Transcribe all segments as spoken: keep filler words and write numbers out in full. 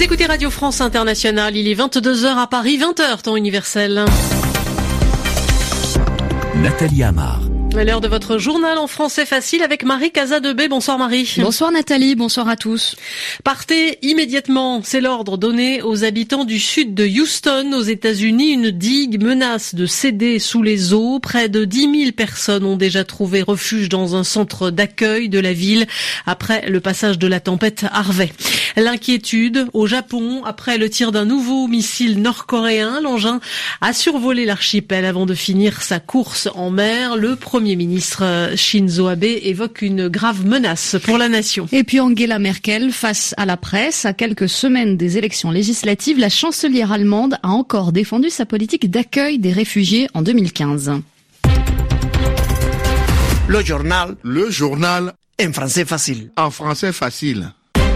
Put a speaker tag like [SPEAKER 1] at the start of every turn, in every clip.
[SPEAKER 1] écoutez Radio France Internationale, il est vingt-deux heures à Paris, vingt heures temps universel.
[SPEAKER 2] Nathalie Amar.
[SPEAKER 1] L'heure de votre journal en français facile avec Marie Casadebé. Bonsoir Marie.
[SPEAKER 3] Bonsoir Nathalie, bonsoir à tous.
[SPEAKER 1] Partez immédiatement, c'est l'ordre donné aux habitants du sud de Houston aux États-Unis. Une digue menace de céder sous les eaux. Près de dix mille personnes ont déjà trouvé refuge dans un centre d'accueil de la ville après le passage de la tempête Harvey. L'inquiétude au Japon après le tir d'un nouveau missile nord-coréen. L'engin a survolé l'archipel avant de finir sa course en mer. Le premier Premier ministre Shinzo Abe évoque une grave menace pour la nation.
[SPEAKER 3] Et puis Angela Merkel, face à la presse, à quelques semaines des élections législatives, la chancelière allemande a encore défendu sa politique d'accueil des réfugiés en deux mille quinze.
[SPEAKER 4] Le journal.
[SPEAKER 5] Le journal.
[SPEAKER 4] En français facile.
[SPEAKER 5] En français facile.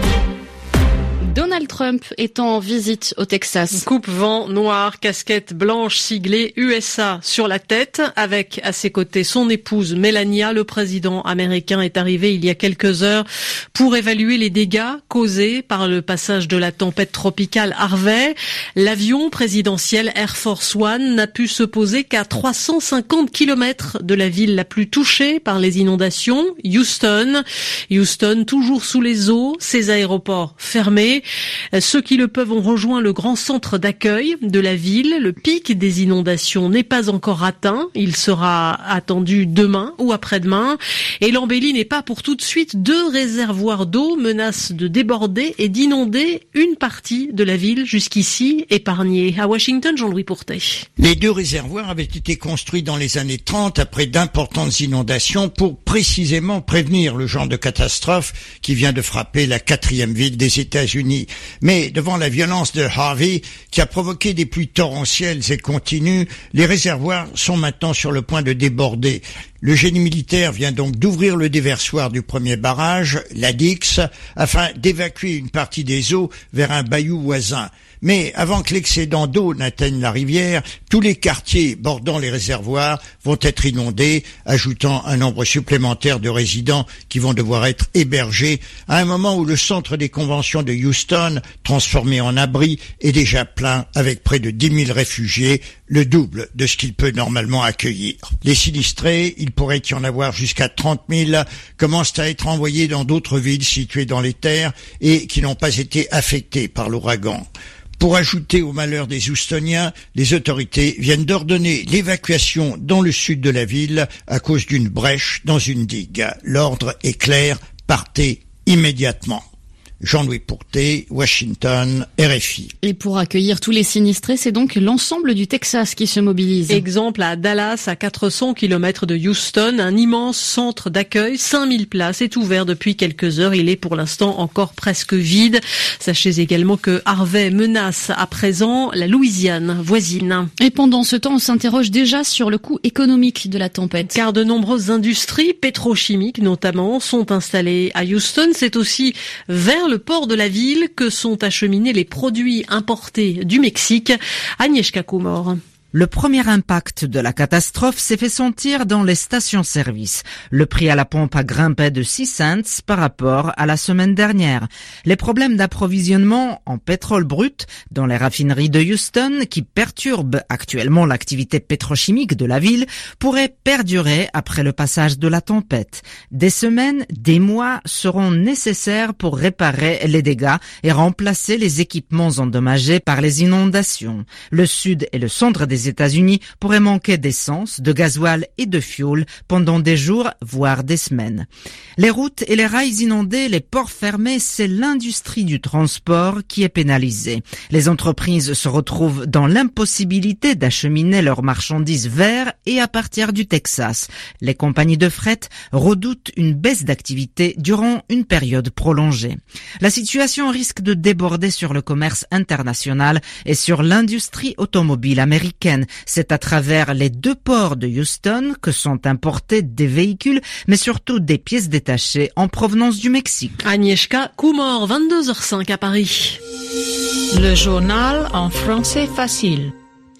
[SPEAKER 3] Donald Trump est en visite au Texas.
[SPEAKER 1] Coupe-vent noir, casquette blanche siglée U S A sur la tête. Avec à ses côtés son épouse Melania, le président américain est arrivé il y a quelques heures pour évaluer les dégâts causés par le passage de la tempête tropicale Harvey. L'avion présidentiel Air Force One n'a pu se poser qu'à trois cent cinquante kilomètres de la ville la plus touchée par les inondations, Houston. Houston toujours sous les eaux, ses aéroports fermés. Ceux qui le peuvent ont rejoint le grand centre d'accueil de la ville. Le pic des inondations n'est pas encore atteint. Il sera attendu demain ou après-demain. Et l'embellie n'est pas pour tout de suite. Deux réservoirs d'eau menacent de déborder et d'inonder une partie de la ville jusqu'ici épargnée. À Washington, Jean-Louis Pourtet.
[SPEAKER 6] Les deux réservoirs avaient été construits dans les années trente après d'importantes inondations pour précisément prévenir le genre de catastrophe qui vient de frapper la quatrième ville des États-Unis. Mais devant la violence de Harvey, qui a provoqué des pluies torrentielles et continues, les réservoirs sont maintenant sur le point de déborder. Le génie militaire vient donc d'ouvrir le déversoir du premier barrage, la Dix, afin d'évacuer une partie des eaux vers un bayou voisin. Mais avant que l'excédent d'eau n'atteigne la rivière, tous les quartiers bordant les réservoirs vont être inondés, ajoutant un nombre supplémentaire de résidents qui vont devoir être hébergés à un moment où le centre des conventions de Houston, transformé en abri, est déjà plein avec près de dix mille réfugiés, le double de ce qu'il peut normalement accueillir. Les sinistrés, il pourrait y en avoir jusqu'à trente mille, commencent à être envoyés dans d'autres villes situées dans les terres et qui n'ont pas été affectées par l'ouragan. Pour ajouter au malheur des Houstoniens, les autorités viennent d'ordonner l'évacuation dans le sud de la ville à cause d'une brèche dans une digue. L'ordre est clair, partez immédiatement. Jean-Louis Pourtet, Washington, R F I.
[SPEAKER 3] Et pour accueillir tous les sinistrés, c'est donc l'ensemble du Texas qui se mobilise.
[SPEAKER 1] Exemple à Dallas, à quatre cents kilomètres de Houston, un immense centre d'accueil, cinq mille places, est ouvert depuis quelques heures. Il est pour l'instant encore presque vide. Sachez également que Harvey menace à présent la Louisiane voisine.
[SPEAKER 3] Et pendant ce temps, on s'interroge déjà sur le coût économique de la tempête.
[SPEAKER 1] Car de nombreuses industries pétrochimiques notamment sont installées à Houston. C'est aussi vers le port de la ville que sont acheminés les produits importés du Mexique. Agnieszka Kumor.
[SPEAKER 7] Le premier impact de la catastrophe s'est fait sentir dans les stations-service. Le prix à la pompe a grimpé de six cents par rapport à la semaine dernière. Les problèmes d'approvisionnement en pétrole brut dans les raffineries de Houston, qui perturbent actuellement l'activité pétrochimique de la ville, pourraient perdurer après le passage de la tempête. Des semaines, des mois seront nécessaires pour réparer les dégâts et remplacer les équipements endommagés par les inondations. Le sud et le centre des États-Unis pourraient manquer d'essence, de gasoil et de fioul pendant des jours, voire des semaines. Les routes et les rails inondés, les ports fermés, c'est l'industrie du transport qui est pénalisée. Les entreprises se retrouvent dans l'impossibilité d'acheminer leurs marchandises vers et à partir du Texas. Les compagnies de fret redoutent une baisse d'activité durant une période prolongée. La situation risque de déborder sur le commerce international et sur l'industrie automobile américaine. C'est à travers les deux ports de Houston que sont importés des véhicules, mais surtout des pièces détachées en provenance du Mexique.
[SPEAKER 1] Agnieszka Kumor, vingt-deux heures cinq à Paris.
[SPEAKER 8] Le journal en français facile.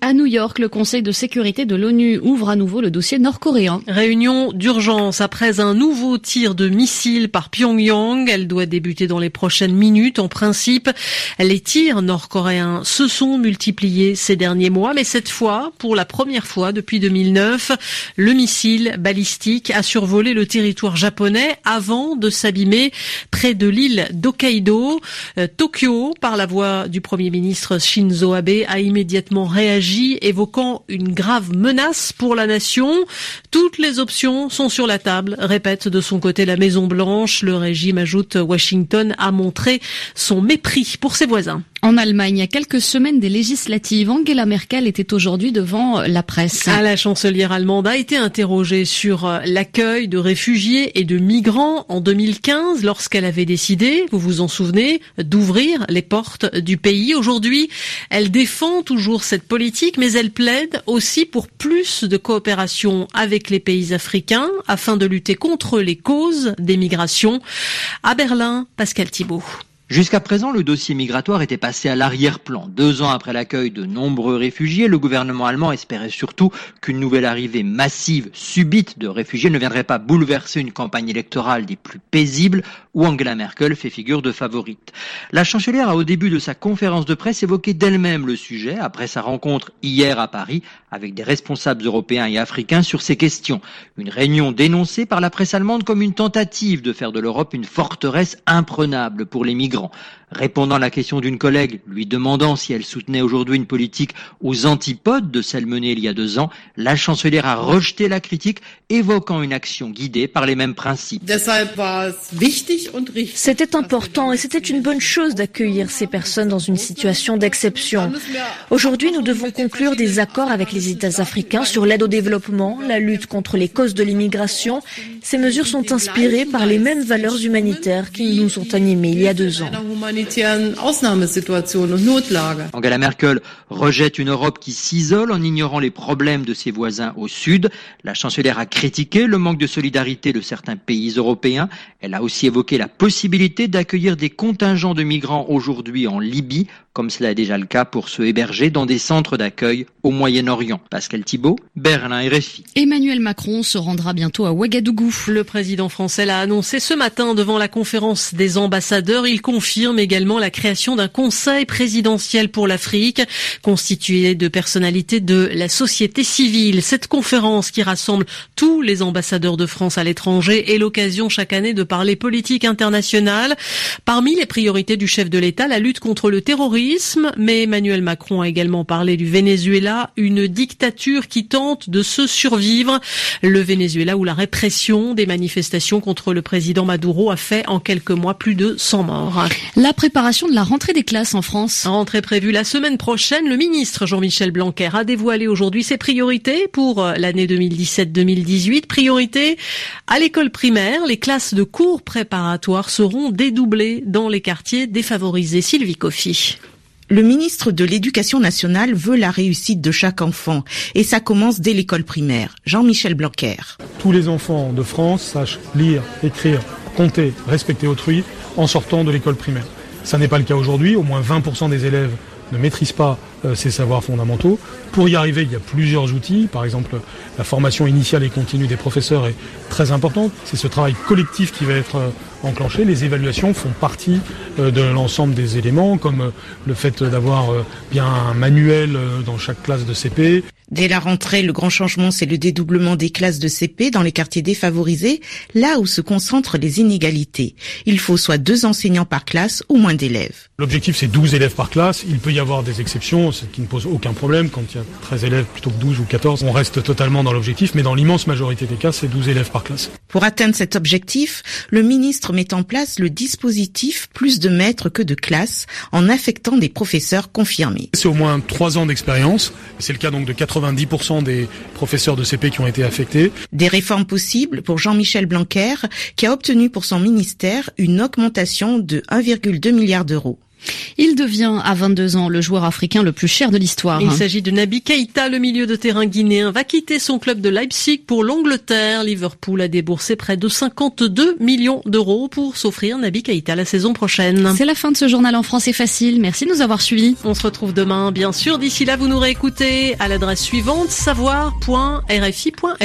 [SPEAKER 3] À New York, le Conseil de sécurité de l'ONU ouvre à nouveau le dossier nord-coréen.
[SPEAKER 1] Réunion d'urgence après un nouveau tir de missile par Pyongyang. Elle doit débuter dans les prochaines minutes. En principe, les tirs nord-coréens se sont multipliés ces derniers mois, mais cette fois, pour la première fois depuis deux mille neuf, le missile balistique a survolé le territoire japonais avant de s'abîmer près de l'île d'Hokkaido. Euh, Tokyo, par la voix du Premier ministre Shinzo Abe, a immédiatement réagi, évoquant une grave menace pour la nation. Toutes les options sont sur la table, répète de son côté la Maison-Blanche. Le régime ajoute Washington a montré son mépris pour ses voisins.
[SPEAKER 3] En Allemagne, à quelques semaines des législatives, Angela Merkel était aujourd'hui devant la presse.
[SPEAKER 1] Ah, la chancelière allemande a été interrogée sur l'accueil de réfugiés et de migrants en deux mille quinze lorsqu'elle avait décidé, vous vous en souvenez, d'ouvrir les portes du pays. Aujourd'hui, elle défend toujours cette politique, mais elle plaide aussi pour plus de coopération avec les pays africains afin de lutter contre les causes des migrations. À Berlin, Pascal Thibault.
[SPEAKER 2] Jusqu'à présent, le dossier migratoire était passé à l'arrière-plan. Deux ans après l'accueil de nombreux réfugiés, le gouvernement allemand espérait surtout qu'une nouvelle arrivée massive, subite de réfugiés ne viendrait pas bouleverser une campagne électorale des plus paisibles où Angela Merkel fait figure de favorite. La chancelière a au début de sa conférence de presse évoqué d'elle-même le sujet après sa rencontre hier à Paris avec des responsables européens et africains sur ces questions. Une réunion dénoncée par la presse allemande comme une tentative de faire de l'Europe une forteresse imprenable pour les migrants. Répondant à la question d'une collègue, lui demandant si elle soutenait aujourd'hui une politique aux antipodes de celle menée il y a deux ans, la chancelière a rejeté la critique, évoquant une action guidée par les mêmes principes.
[SPEAKER 8] C'était important et c'était une bonne chose d'accueillir ces personnes dans une situation d'exception. Aujourd'hui, nous devons conclure des accords avec les États africains sur l'aide au développement, la lutte contre les causes de l'immigration. Ces mesures sont inspirées par les mêmes valeurs humanitaires qui nous ont animés il y a deux ans.
[SPEAKER 2] Angela Merkel rejette une Europe qui s'isole en ignorant les problèmes de ses voisins au sud. La chancelière a critiqué le manque de solidarité de certains pays européens. Elle a aussi évoqué la possibilité d'accueillir des contingents de migrants aujourd'hui en Libye, comme cela est déjà le cas pour ceux hébergés dans des centres d'accueil au Moyen-Orient. Pascal Thibault, Berlin, R F I.
[SPEAKER 3] Emmanuel Macron se rendra bientôt à Ouagadougou.
[SPEAKER 1] Le président français l'a annoncé ce matin devant la conférence des ambassadeurs. Il confirme également la création d'un conseil présidentiel pour l'Afrique, constitué de personnalités de la société civile. Cette conférence qui rassemble tous les ambassadeurs de France à l'étranger est l'occasion chaque année de parler politique internationale. Parmi les priorités du chef de l'État, la lutte contre le terrorisme, mais Emmanuel Macron a également parlé du Venezuela, une dictature qui tente de se survivre. Le Venezuela où la répression des manifestations contre le président Maduro a fait en quelques mois plus de cent morts.
[SPEAKER 3] La préparation de la rentrée des classes en France.
[SPEAKER 1] Rentrée prévue la semaine prochaine. Le ministre Jean-Michel Blanquer a dévoilé aujourd'hui ses priorités pour l'année deux mille dix-sept deux mille dix-huit. Priorité à l'école primaire. Les classes de cours préparatoires seront dédoublées dans les quartiers défavorisés. Sylvie Coffy.
[SPEAKER 9] Le ministre de l'Éducation nationale veut la réussite de chaque enfant et ça commence dès l'école primaire. Jean-Michel Blanquer.
[SPEAKER 10] Tous les enfants de France sachent lire, écrire, compter, respecter autrui en sortant de l'école primaire. Ça n'est pas le cas aujourd'hui, au moins vingt pour cent des élèves ne maîtrisent pas euh, ces savoirs fondamentaux. Pour y arriver, il y a plusieurs outils. Par exemple, la formation initiale et continue des professeurs est très importante. C'est ce travail collectif qui va être euh, enclenché. Les évaluations font partie euh, de l'ensemble des éléments, comme euh, le fait d'avoir euh, bien un manuel euh, dans chaque classe de C P.
[SPEAKER 9] Dès la rentrée, le grand changement, c'est le dédoublement des classes de C P dans les quartiers défavorisés, là où se concentrent les inégalités. Il faut soit deux enseignants par classe ou moins d'élèves.
[SPEAKER 10] L'objectif, c'est douze élèves par classe. Il peut y avoir des exceptions, ce qui ne pose aucun problème. Quand il y a treize élèves plutôt que douze ou quatorze, on reste totalement dans l'objectif, mais dans l'immense majorité des cas, c'est douze élèves par classe.
[SPEAKER 9] Pour atteindre cet objectif, le ministre met en place le dispositif plus de maîtres que de classes en affectant des professeurs confirmés.
[SPEAKER 10] C'est au moins trois ans d'expérience. C'est le cas donc de quatre-vingt-dix pour cent des professeurs de C P qui ont été affectés.
[SPEAKER 9] Des réformes possibles pour Jean-Michel Blanquer, qui a obtenu pour son ministère une augmentation de un virgule deux milliard d'euros.
[SPEAKER 3] Il devient à vingt-deux ans le joueur africain le plus cher de l'histoire.
[SPEAKER 1] Il s'agit de Naby Keïta, le milieu de terrain guinéen, va quitter son club de Leipzig pour l'Angleterre. Liverpool a déboursé près de cinquante-deux millions d'euros pour s'offrir Naby Keïta la saison prochaine.
[SPEAKER 3] C'est la fin de ce journal en français facile. Merci de nous avoir suivis.
[SPEAKER 1] On se retrouve demain, bien sûr. D'ici là, vous nous réécoutez à l'adresse suivante, savoir point r f i point f r.